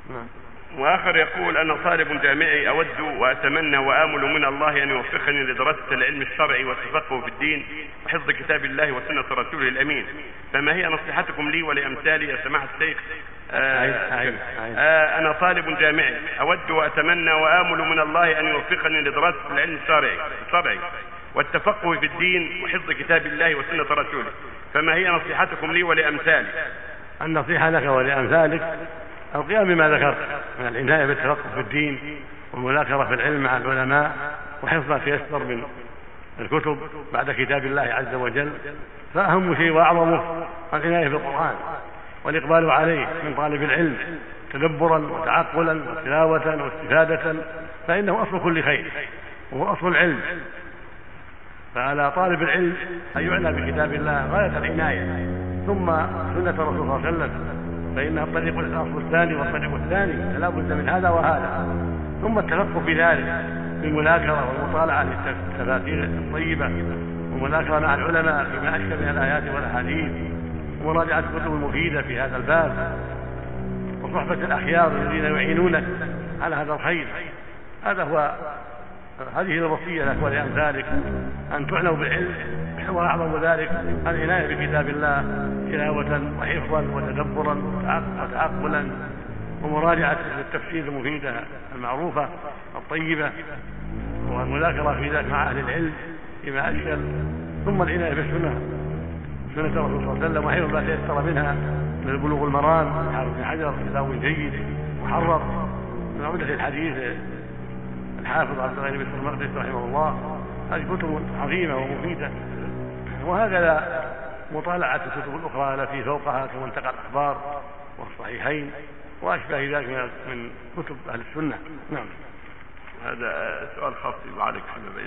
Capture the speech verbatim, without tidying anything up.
وآخر يقول: أنا طالب جامعي أود وأتمنى وآمل من الله أن يوفقني لدراسة العلم الشرعي والتفقه في الدين وحفظ كتاب الله وسنة رسوله الأمين، فما هي نصيحتكم لي ولأمثالي يا سماحة الشيخ؟ آه آه أنا طالب جامعي أود وأتمنى وآمل من الله أن يوفقني لدراسة العلم الشرعي الشرعي والتفقه في الدين وحفظ كتاب الله وسنة رسوله، فما هي نصيحتكم لي ولأمثالي؟ النصيحة لك ولأمثالك القيام بما ذكرت من العناية بالتفقه في الدين والمذاكرة في العلم مع العلماء وحفظ ما تيسر من الكتب بعد كتاب الله عز وجل، فأهم شيء وأعظمه العناية بالقرآن والإقبال عليه من طالب العلم تدبرا وتعقلا وتلاوة واستفادة، فإنه أصل كل خير وهو أصل العلم. فعلى طالب العلم أن يعنى بكتاب الله غاية العناية، ثم سنة الرسول صلى الله عليه وسلم، فإنها الطريق الأصل الثاني والطريق الثاني فلا بد من هذا وهذا، ثم التفقه في ذلك بالمذاكرة والمطالعة للتفاسير الطيبة والمذاكرة مع العلماء فيما أشكل من الآيات والأحاديث ومراجعة الكتب المفيدة في هذا الباب وصحبة الأخيار الذين يعينونك على هذا الخير. هذا هو هذه الوصية لك ولأمثالك أن تعنوا بالعلم، وأعظم ذلك العناية بكتاب الله تلاوة وحفظا وتدبرا وتعقلا ومراجعة التفسير المفيدة المعروفة الطيبة والمذاكرة في ذلك مع أهل العلم فيما أشكل، ثم العناية بالسنة سنة الرسول صلى الله عليه وسلم وحفظ ما تيسر منها من بلوغ المرام حافظ بن حجر كتاب جيد محرر من عمدة الحديث الحافظ عبد الغني بن المقدس رحمه الله. هذه كتب عظيمة ومفيدة، وهكذا مطالعة الكتب الأخرى التي فوقها كمنتقى الأخبار والصحيحين وأشبه ذلك من كتب أهل السنة. نعم. هذا سؤال خاص عليك.